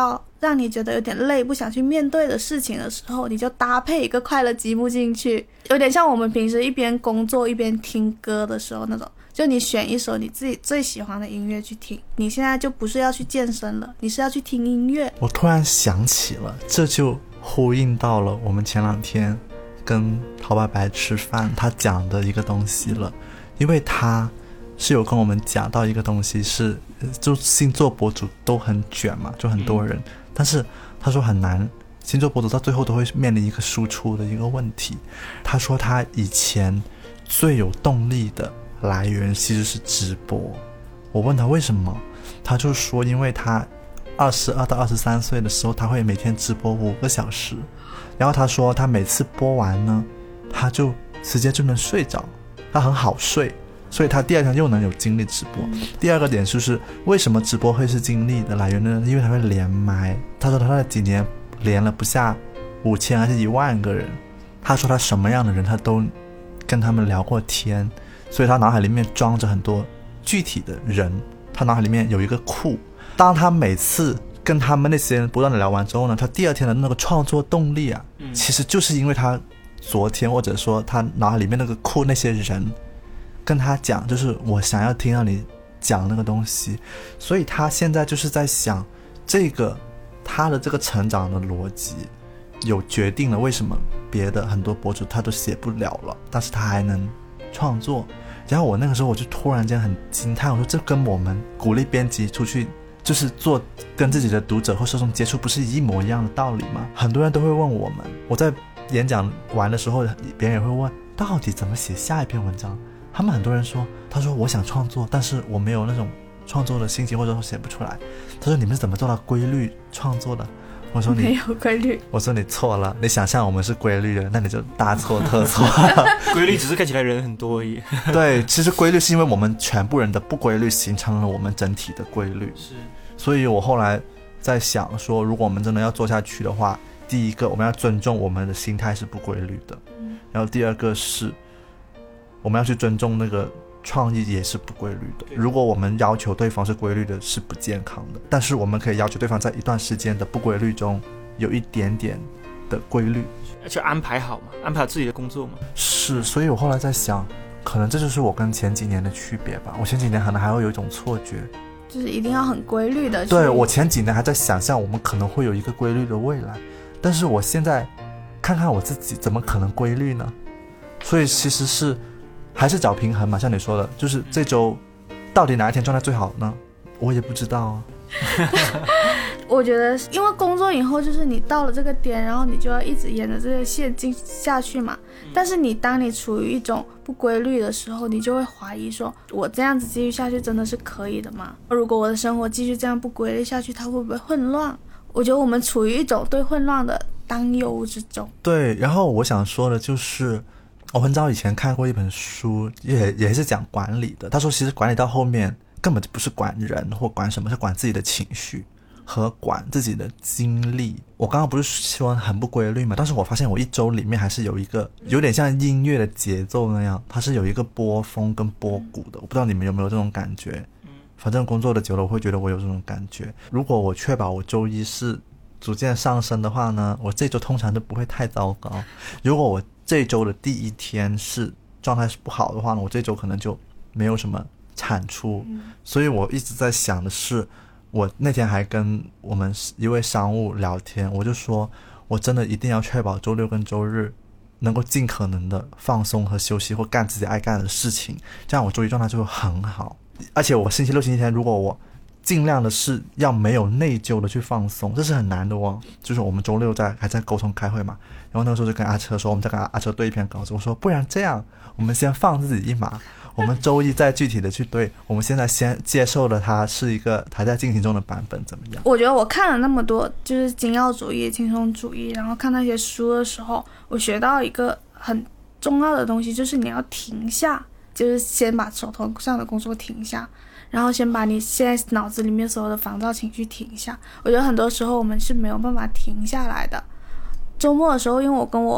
让你觉得有点累不想去面对的事情的时候，你就搭配一个快乐积木进去，有点像我们平时一边工作一边听歌的时候那种，就你选一首你自己最喜欢的音乐去听，你现在就不是要去健身了，你是要去听音乐。
我突然想起了，这就呼应到了我们前两天跟陶白白吃饭他讲的一个东西了。因为他是有跟我们讲到一个东西是，就星座博主都很卷嘛，就很多人、嗯、但是他说很难，星座博主到最后都会面临一个输出的一个问题。他说他以前最有动力的来源其实是直播。我问他为什么，他就说因为他二十二到二十三岁的时候他会每天直播五个小时，然后他说他每次播完呢他就直接就能睡着，他很好睡，所以他第二天又能有精力直播。第二个点就是为什么直播会是精力的来源呢？因为他会连麦。他说他那几年连了不下五千还是一万个人，他说他什么样的人他都跟他们聊过天，所以他脑海里面装着很多具体的人，他脑海里面有一个库。当他每次跟他们那些人不断的聊完之后呢，他第二天的那个创作动力啊、嗯、其实就是因为他昨天或者说他脑海里面那个库那些人跟他讲，就是我想要听到你讲那个东西。所以他现在就是在想，这个他的这个成长的逻辑有决定了为什么别的很多博主他都写不了了，但是他还能创作。然后我那个时候我就突然间很惊叹，我说这跟我们鼓励编辑出去就是做跟自己的读者或受众接触不是一模一样的道理吗？很多人都会问我们，我在演讲完的时候别人也会问到底怎么写下一篇文章。他们很多人说，他说我想创作，但是我没有那种创作的心情，或者说写不出来。他说你们是怎么做到规律创作的？我说你
没有规律。
我说你错了，你想象我们是规律的，那你就大错特错。
规律只是看起来人很多而已。
对，其实规律是因为我们全部人的不规律形成了我们整体的规律。
是，
所以我后来在想说，如果我们真的要做下去的话，第一个我们要尊重我们的心态是不规律的、嗯、然后第二个是我们要去尊重那个创意也是不规律的。如果我们要求对方是规律的是不健康的，但是我们可以要求对方在一段时间的不规律中有一点点的规律，
就安排好嘛，安排好自己的工作嘛。
是，所以我后来在想，可能这就是我跟前几年的区别吧。我前几年可能还会有一种错觉，
就是一定要很规律的。
对，我前几年还在想象我们可能会有一个规律的未来，但是我现在看看我自己怎么可能规律呢？所以其实是还是找平衡嘛，像你说的，就是这周到底哪一天状态最好呢？我也不知道啊。
我觉得因为工作以后就是你到了这个点，然后你就要一直沿着这个线进下去嘛。但是你当你处于一种不规律的时候，你就会怀疑说，我这样子继续下去真的是可以的吗？如果我的生活继续这样不规律下去，它会不会混乱？我觉得我们处于一种对混乱的担忧之中。
对，然后我想说的就是我很早以前看过一本书，也也是讲管理的。他说其实管理到后面根本就不是管人或管什么，是管自己的情绪和管自己的精力。我刚刚不是说很不规律嘛，但是我发现我一周里面还是有一个有点像音乐的节奏那样，它是有一个波峰跟波谷的。我不知道你们有没有这种感觉，反正工作的久了我会觉得我有这种感觉。如果我确保我周一是逐渐上升的话呢，我这周通常都不会太糟糕。如果我这周的第一天是状态是不好的话呢，我这周可能就没有什么产出。所以我一直在想的是，我那天还跟我们一位商务聊天，我就说我真的一定要确保周六跟周日能够尽可能的放松和休息，或干自己爱干的事情，这样我周一状态就会很好。而且我星期六星期天如果我尽量的是要没有内疚的去放松，这是很难的哦。就是我们周六在还在沟通开会嘛，然后那个时候就跟阿车说，我们在跟阿车对一篇稿子，我说不然这样，我们先放自己一马，我们周一再具体的去对，我们现在先接受了它是一个还在进行中的版本，怎么样？
我觉得我看了那么多就是精要主义、轻松主义，然后看那些书的时候，我学到一个很重要的东西，就是你要停下，就是先把手头上的工作停下，然后先把你现在脑子里面所有的烦躁情绪停下。我觉得很多时候我们是没有办法停下来的。周末的时候，因为我跟我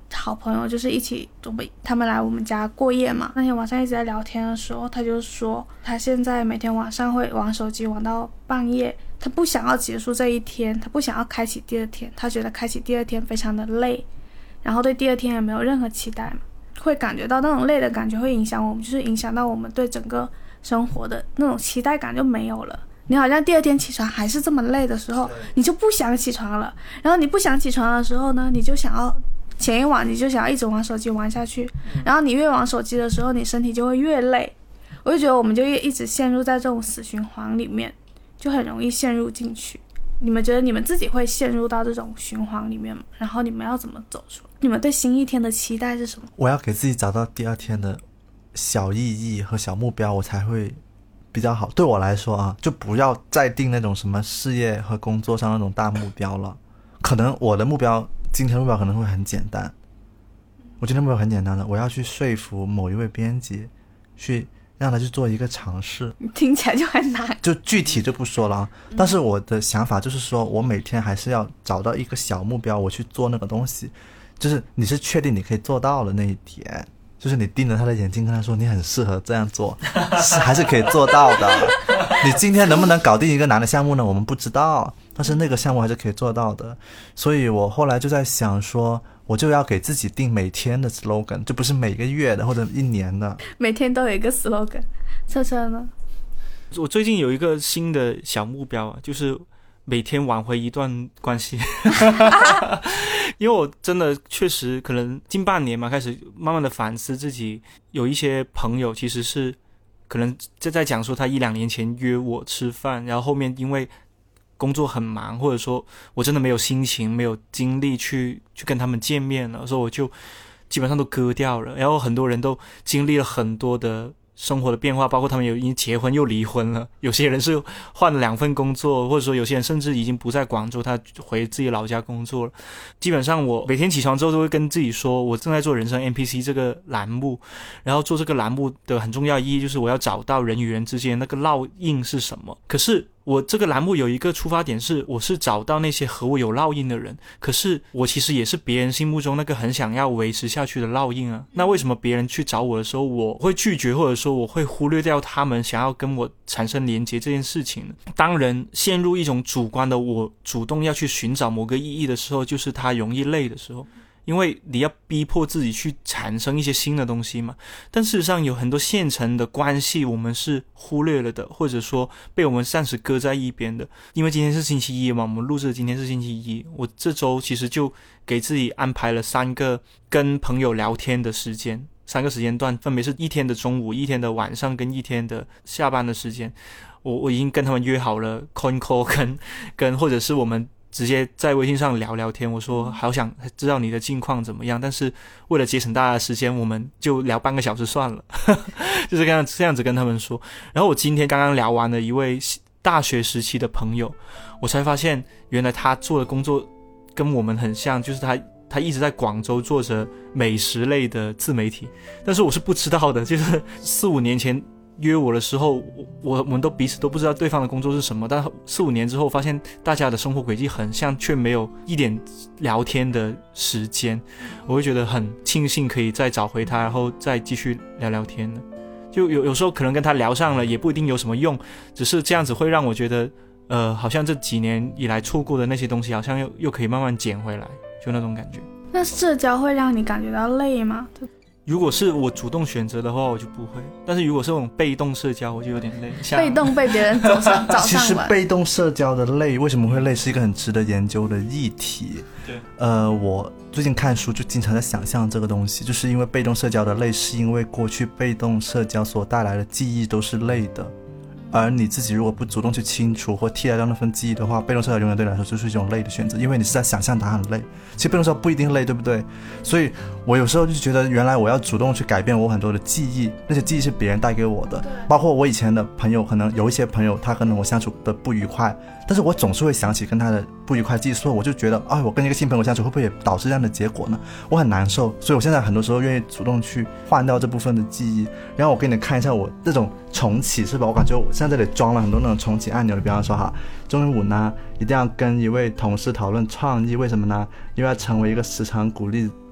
好朋友就是一起准备他们来我们家过夜嘛，那天晚上一直在聊天的时候，他就说他现在每天晚上会玩手机玩到半夜，他不想要结束这一天，他不想要开启第二天，他觉得开启第二天非常的累，然后对第二天也没有任何期待嘛，会感觉到那种累的感觉会影响我们，就是影响到我们对整个生活的那种期待感就没有了。你好像第二天起床还是这么累的时候，你就不想起床了，然后你不想起床的时候呢，你就想要前一晚你就想要一直玩手机玩下去，然后你越玩手机的时候你身体就会越累，我就觉得我们就一直陷入在这种死循环里面，就很容易陷入进去。你们觉得你们自己会陷入到这种循环里面吗？然后你们要怎么走出来？你们对新一天的期待是什么？
我要给自己找到第二天的小意义和小目标，我才会比较好。对我来说啊，就不要再定那种什么事业和工作上那种大目标了。可能我的目标，今天的目标可能会很简单。我今天目标很简单的，我要去说服某一位编辑，去让他去做一个尝试。
听起来就很难，
就具体就不说了。但是我的想法就是说，我每天还是要找到一个小目标，我去做那个东西。就是你是确定你可以做到的那一点，就是你盯着他的眼睛跟他说你很适合这样做，是还是可以做到的。你今天能不能搞定一个难的项目呢？我们不知道，但是那个项目还是可以做到的。所以我后来就在想说，我就要给自己定每天的 slogan， 就不是每个月的或者一年的，
每天都有一个 slogan。车车呢？
我最近有一个新的小目标啊，就是每天挽回一段关系。因为我真的确实可能近半年嘛，开始慢慢的反思自己，有一些朋友其实是可能在在讲说他一两年前约我吃饭，然后后面因为工作很忙，或者说我真的没有心情没有精力去去跟他们见面了，所以我就基本上都割掉了。然后很多人都经历了很多的生活的变化，包括他们有已经结婚又离婚了，有些人是换了两份工作，或者说有些人甚至已经不在广州，他回自己老家工作了。基本上我每天起床之后都会跟自己说，我正在做人生 N P C 这个栏目，然后做这个栏目的很重要意义就是我要找到人与人之间那个烙印是什么。可是我这个栏目有一个出发点是，我是找到那些和我有烙印的人，可是我其实也是别人心目中那个很想要维持下去的烙印啊。那为什么别人去找我的时候，我会拒绝，或者说我会忽略掉他们想要跟我产生连结这件事情呢？当人陷入一种主观的我主动要去寻找某个意义的时候，就是他容易累的时候。因为你要逼迫自己去产生一些新的东西嘛，但事实上有很多现成的关系我们是忽略了的，或者说被我们暂时搁在一边的。因为今天是星期一嘛，我们录制的今天是星期一，我这周其实就给自己安排了三个跟朋友聊天的时间，三个时间段，分别是一天的中午、一天的晚上跟一天的下班的时间。我我已经跟他们约好了 coin call 跟跟或者是我们直接在微信上聊聊天，我说好想知道你的近况怎么样，但是为了节省大家的时间，我们就聊半个小时算了。就是这样这样子跟他们说。然后我今天刚刚聊完了一位大学时期的朋友，我才发现原来他做的工作跟我们很像，就是他他一直在广州做着美食类的自媒体，但是我是不知道的，就是四五年前约我的时候，我我们都彼此都不知道对方的工作是什么，但四五年之后发现大家的生活轨迹很像，却没有一点聊天的时间，我会觉得很庆幸可以再找回他，然后再继续聊聊天的。就有有时候可能跟他聊上了也不一定有什么用，只是这样子会让我觉得呃，好像这几年以来错过的那些东西好像又又可以慢慢捡回来，就那种感觉。
那社交会让你感觉到累吗？
如果是我主动选择的话我就不会，但是如果是那种被动社交我就有点累，
被动被别人找上找上
其实被动社交的累为什么会累是一个很值得研究的议题。
对，
呃，我最近看书就经常在想象这个东西，就是因为被动社交的累是因为过去被动社交所带来的记忆都是累的，而你自己如果不主动去清除或替代掉那份记忆的话，被动社交永远对你来说就是一种累的选择，因为你是在想象它很累，其实被动社交不一定累，对不对？所以我有时候就觉得原来我要主动去改变我很多的记忆，那些记忆是别人带给我的，包括我以前的朋友，可能有一些朋友他可能我相处的不愉快，但是我总是会想起跟他的不愉快记忆，所以我就觉得啊，我跟一个新朋友相处会不会也导致这样的结果呢？我很难受，所以我现在很多时候愿意主动去换掉这部分的记忆。然后我给你看一下我这种重启是吧，我感觉我现在这里装了很多那种重启按钮，比方说哈，中午呢一定要跟一位同事讨论创意，为什么呢？因为要成为一个时常鼓励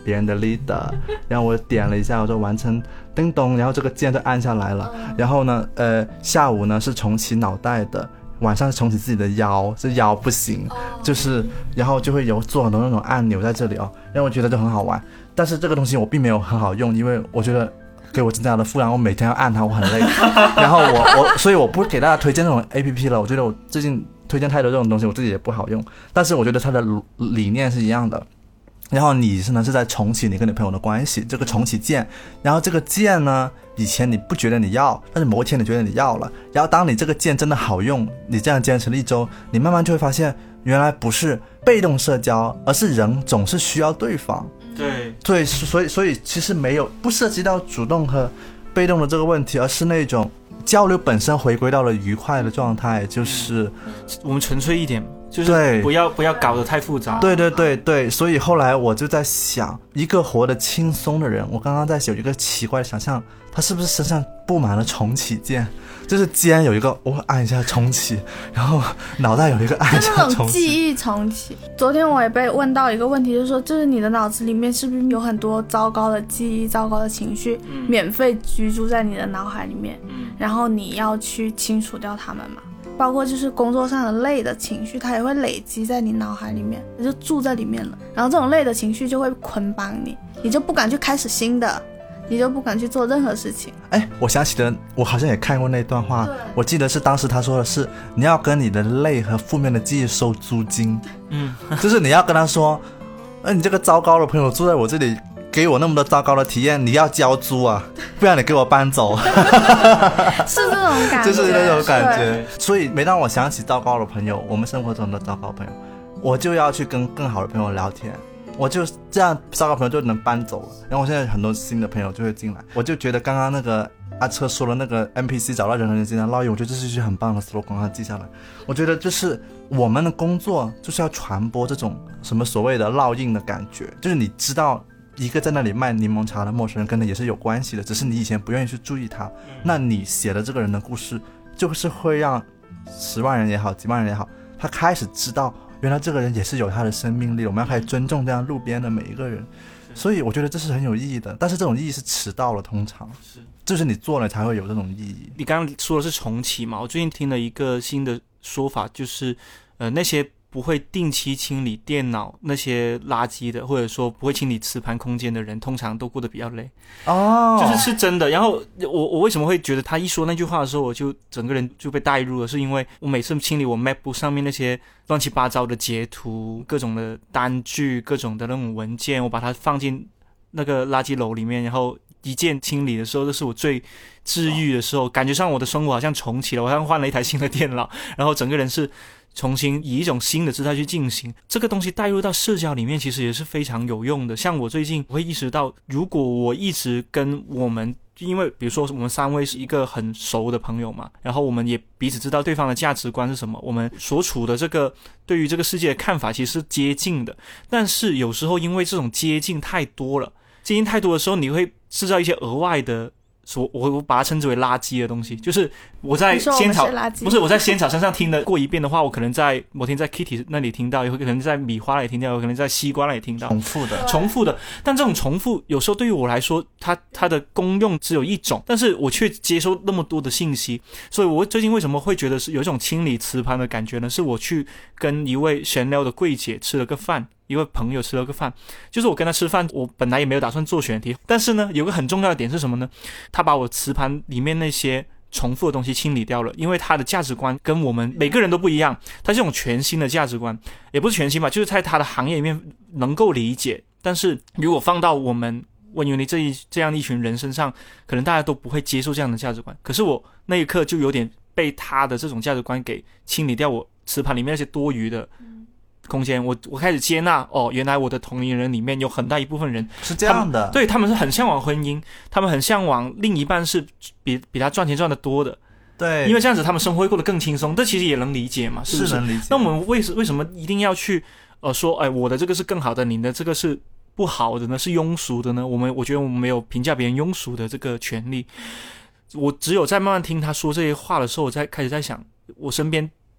别人的 leader， 然后我点了一下，我就完成叮咚，然后这个键就按下来了。然后呢，呃，下午呢是重启脑袋的，晚上是重启自己的腰，这腰不行，就是然后就会有做很多那种按钮在这里哦，然后我觉得就很好玩。但是这个东西我并没有很好用，因为我觉得给我增加了负担，我每天要按它，我很累。然后我我所以我不给大家推荐这种 A P P 了，我觉得我最近推荐太多这种东西，我自己也不好用。但是我觉得它的理念是一样的。然后你是呢是在重启你跟你朋友的关系，这个重启键，然后这个键呢，以前你不觉得你要，但是某一天你觉得你要了，然后当你这个键真的好用，你这样坚持了一周，你慢慢就会发现，原来不是被动社交，而是人总是需要对方。
对
对，所以所以其实没有不涉及到主动和被动的这个问题，而是那种交流本身回归到了愉快的状态，就是
我们纯粹一点，就是不要不要搞得太复杂。
对对对对，所以后来我就在想，一个活得轻松的人，我刚刚在有一个奇怪的想象，他是不是身上布满了重启键？就是肩有一个我按一下重启，然后脑袋有一个按一下重启，
就那种记忆重启。昨天我也被问到一个问题，就是说，就是你的脑子里面是不是有很多糟糕的记忆、糟糕的情绪，嗯、免费居住在你的脑海里面，嗯、然后你要去清除掉它们嘛？包括就是工作上的累的情绪，它也会累积在你脑海里面，它就住在里面了。然后这种累的情绪就会捆绑你，你就不敢去开始新的。你就不敢去做任何事情。
哎，我想起了，我好像也看过那段话，我记得是当时他说的是，你要跟你的累和负面的记忆收租金。嗯，就是你要跟他说，哎，你这个糟糕的朋友住在我这里，给我那么多糟糕的体验，你要交租啊，不然你给我搬走。
是这种感觉，
就是那种感觉。所以每当我想起糟糕的朋友，我们生活中的糟糕朋友，我就要去跟更好的朋友聊天。我就这样糟糕朋友就能搬走了，然后我现在很多新的朋友就会进来，我就觉得刚刚那个阿车说的那个 N P C 找到人和人之间的烙印，我觉得这是一句很棒的 slogan， 它记下来。我觉得就是我们的工作就是要传播这种什么所谓的烙印的感觉，就是你知道一个在那里卖柠檬茶的陌生人跟他也是有关系的，只是你以前不愿意去注意他，那你写的这个人的故事就是会让十万人也好几万人也好，他开始知道原来这个人也是有他的生命力，我们要开始尊重这样路边的每一个人，所以我觉得这是很有意义的。但是这种意义是迟到了，通常是就是你做了才会有这种意义。
你刚刚说的是重启嘛？我最近听了一个新的说法，就是呃那些不会定期清理电脑那些垃圾的，或者说不会清理磁盘空间的人，通常都过得比较累。哦，就是是真的。然后我我为什么会觉得他一说那句话的时候，我就整个人就被带入了，是因为我每次清理我 MacBook 上面那些乱七八糟的截图、各种的单据、各种的那种文件，我把它放进那个垃圾篓里面，然后一键清理的时候，这是我最治愈的时候，感觉上我的生活好像重启了，我好像换了一台新的电脑，然后整个人是重新以一种新的姿态去进行。这个东西带入到社交里面其实也是非常有用的。像我最近我会意识到，如果我一直跟我们，因为比如说我们三位是一个很熟的朋友嘛，然后我们也彼此知道对方的价值观是什么，我们所处的这个对于这个世界的看法其实是接近的，但是有时候因为这种接近太多了，接近太多的时候，你会制造一些额外的，我我把它称之为垃圾的东西。就是我在仙草，不是我在仙草身上听的过一遍的话，我可能在某天在 Kitty 那里听到，有可能在米花那里听到，有可能在西瓜那里听到，
重复的，
重复的。但这种重复有时候对于我来说，它它的功用只有一种，但是我却接收那么多的信息，所以我最近为什么会觉得是有一种清理磁盘的感觉呢？是我去跟一位闲聊的柜姐吃了个饭。一位朋友吃了个饭，就是我跟他吃饭，我本来也没有打算做选题，但是呢，有个很重要的点是什么呢？他把我磁盘里面那些重复的东西清理掉了，因为他的价值观跟我们每个人都不一样，他是一种全新的价值观，也不是全新吧，就是在他的行业里面能够理解，但是如果放到我们问尤尼这一这样一群人身上，可能大家都不会接受这样的价值观。可是我那一刻就有点被他的这种价值观给清理掉我磁盘里面那些多余的空间，我我开始接纳哦，原来我的同龄人里面有很大一部分人
是这样的，
他对他们是很向往婚姻，他们很向往另一半是比比他赚钱赚得多的，
对，
因为这样子他们生活会过得更轻松，这其实也能理解嘛，是不是？
是能理解。
那我们为为什么一定要去呃说，哎，我的这个是更好的，你的这个是不好的呢？是庸俗的呢？我们我觉得我们没有评价别人庸俗的这个权利。我只有在慢慢听他说这些话的时候，我才开始在想，我身边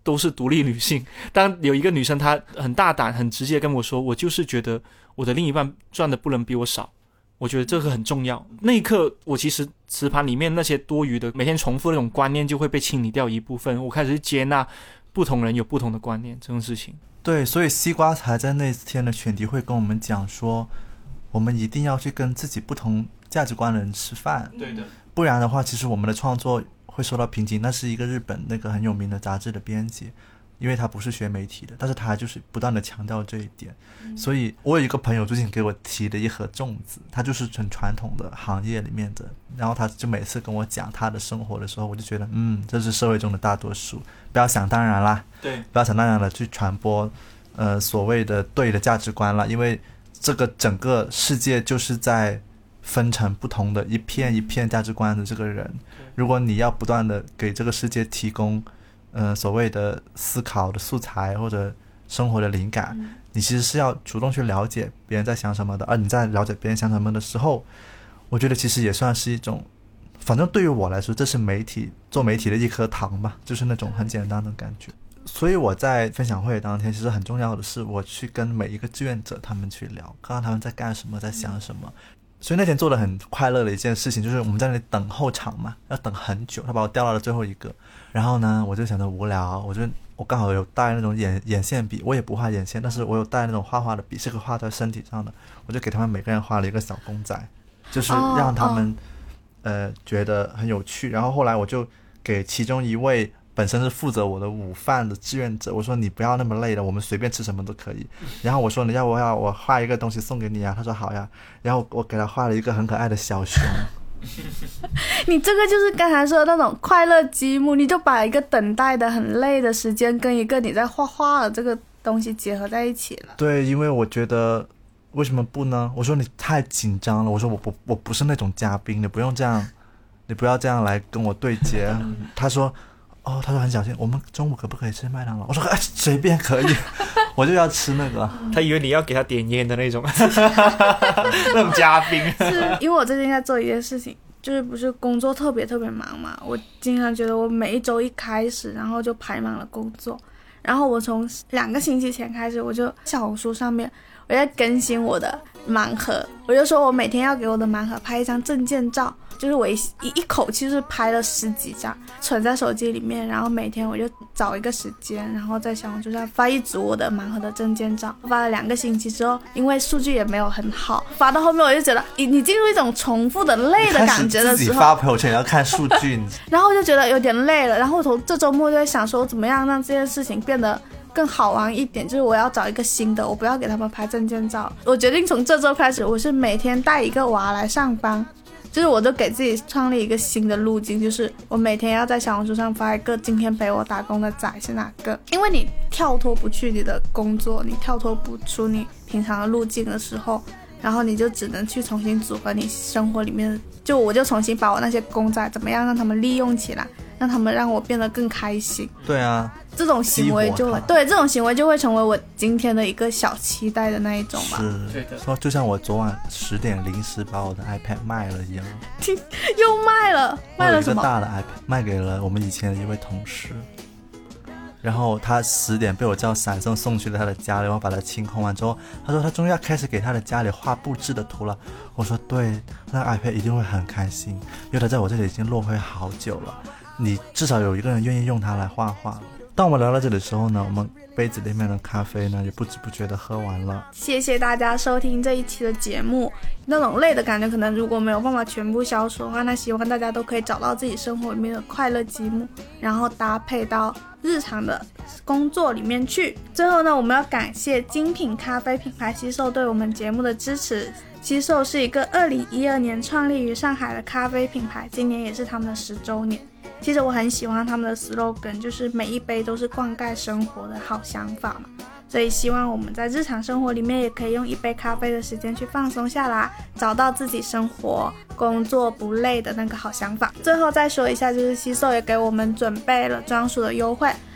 都是独立女性。当有一个女生她很大胆很直接跟我说，我就是觉得我的另一半赚的不能比我少，我觉得这个很重要。那一刻我其实磁盘里面那些多余的每天重复的那种观念就会被清理掉一部分，我开始去接纳不同人有不同的观念这种事情。
对，所以西瓜才在那天的选题会跟我们讲说，我们一定要去跟自己不同价值观的人吃饭，
对的，
不然的话其实我们的创作会受到瓶颈。那是一个日本那个很有名的杂志的编辑，因为他不是学媒体的，但是他就是不断的强调这一点、嗯、所以我有一个朋友最近给我提了一盒粽子，他就是很传统的行业里面的，然后他就每次跟我讲他的生活的时候，我就觉得嗯，这是社会中的大多数，不要想当然啦，
对，
不要想当然的去传播呃所谓的对的价值观了，因为这个整个世界就是在分成不同的一片一片价值观的这个人，如果你要不断的给这个世界提供呃所谓的思考的素材或者生活的灵感、嗯、你其实是要主动去了解别人在想什么的，而你在了解别人想什么的时候，我觉得其实也算是一种，反正对于我来说这是媒体做媒体的一颗糖吧，就是那种很简单的感觉。所以我在分享会当天其实很重要的是我去跟每一个志愿者他们去聊，看看他们在干什么在想什么。所以那天做的很快乐的一件事情就是我们在那里等候场嘛，要等很久，他把我调到了最后一个，然后呢我就想着无聊，我就我刚好有带那种眼眼线笔，我也不画眼线，但是我有带那种画画的笔，是可以画在身体上的，我就给他们每个人画了一个小公仔，就是让他们、oh, oh. 呃觉得很有趣。然后后来我就给其中一位本身是负责我的午饭的志愿者，我说你不要那么累了，我们随便吃什么都可以。然后我说你要不要我画一个东西送给你啊，他说好呀。然后我给他画了一个很可爱的小熊。
你这个就是刚才说的那种快乐积木，你就把一个等待的很累的时间跟一个你在画画的这个东西结合在一起了。
对，因为我觉得为什么不呢，我说你太紧张了，我说我不我不是那种嘉宾，你不用这样，你不要这样来跟我对接。他说哦，他说很小心，我们中午可不可以吃麦当劳？我说哎，随便可以，我就要吃那个。
他以为你要给他点烟的那种，那种嘉宾。
是因为我最近在做一件事情，就是不是工作特别特别忙嘛，我经常觉得我每一周一开始，然后就排满了工作，然后我从两个星期前开始，我就小红书上面我在更新我的盲盒，我就说我每天要给我的盲盒拍一张证件照。就是我 一, 一口气是拍了十几张存在手机里面，然后每天我就找一个时间，然后在小红书上发一组我的盲盒的证件照。发了两个星期之后，因为数据也没有很好，发到后面我就觉得你你进入一种重复的累的感觉的时候，
自己发朋友圈要看数据
然后我就觉得有点累了，然后我从这周末就在想说怎么样让这件事情变得更好玩一点，就是我要找一个新的，我不要给他们拍证件照。我决定从这周开始，我是每天带一个娃来上班，就是我就给自己创立一个新的路径，就是我每天要在小红书上发一个今天陪我打工的仔是哪个。因为你跳脱不去你的工作，你跳脱不出你平常的路径的时候，然后你就只能去重新组合你生活里面的，就我就重新把我那些公仔怎么样让他们利用起来，让他们让我变得更开心。
对啊，
这种行为就会对这种行为就会成为我今天的一个小期待的那一种吧。
是，说就像我昨晚十点临时把我的 iPad 卖了一样。
又卖了，卖了什么？
一个大的 iPad 卖给了我们以前的一位同事，然后他十点被我叫闪送送去了他的家里，然后把他清空完之后，他说他终于要开始给他的家里画布置的图了。我说对，那 iPad 一定会很开心，因为他在我这里已经落灰好久了，你至少有一个人愿意用它来画画了。当我们聊到这里的时候呢，我们杯子里面的咖啡呢也不知不觉的喝完了。
谢谢大家收听这一期的节目，那种累的感觉可能如果没有办法全部消除的话，那希望大家都可以找到自己生活里面的快乐积木，然后搭配到日常的工作里面去。最后呢，我们要感谢精品咖啡品牌西售对我们节目的支持。西售是一个二零一二年创立于上海的咖啡品牌，今年也是他们的十周年。其实我很喜欢他们的 slogan， 就是每一杯都是灌溉生活的好想法嘛，所以希望我们在日常生活里面也可以用一杯咖啡的时间去放松下来，找到自己生活工作不累的那个好想法。最后再说一下，就是西售也给我们准备了专属的优惠，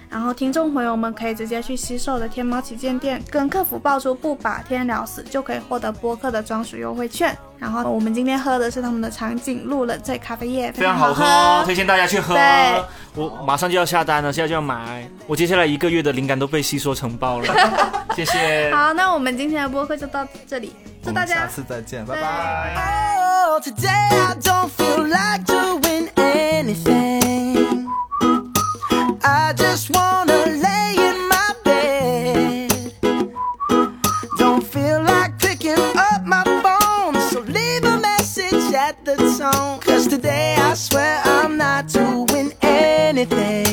然后听众朋友们可以直接去西售的天猫旗舰店跟客服报出不把天聊死，就可以获得播客的专属优惠券。然后我们今天喝的是他们的长颈鹿冷萃咖啡液，
非常好喝，推荐大家去喝。我马上就要下单了，现在就要买。我接下来一个月的灵感都被吸收成爆了。谢谢。
好，那我们今天的播客就到这里，祝大家
下次再见，拜拜。
Oh, today I don't feel like doing anything. I just wanna lay in my bed. Don't feel like picking up my phone, so leave a message at the tone. Cause today I swear I'm not doing anything.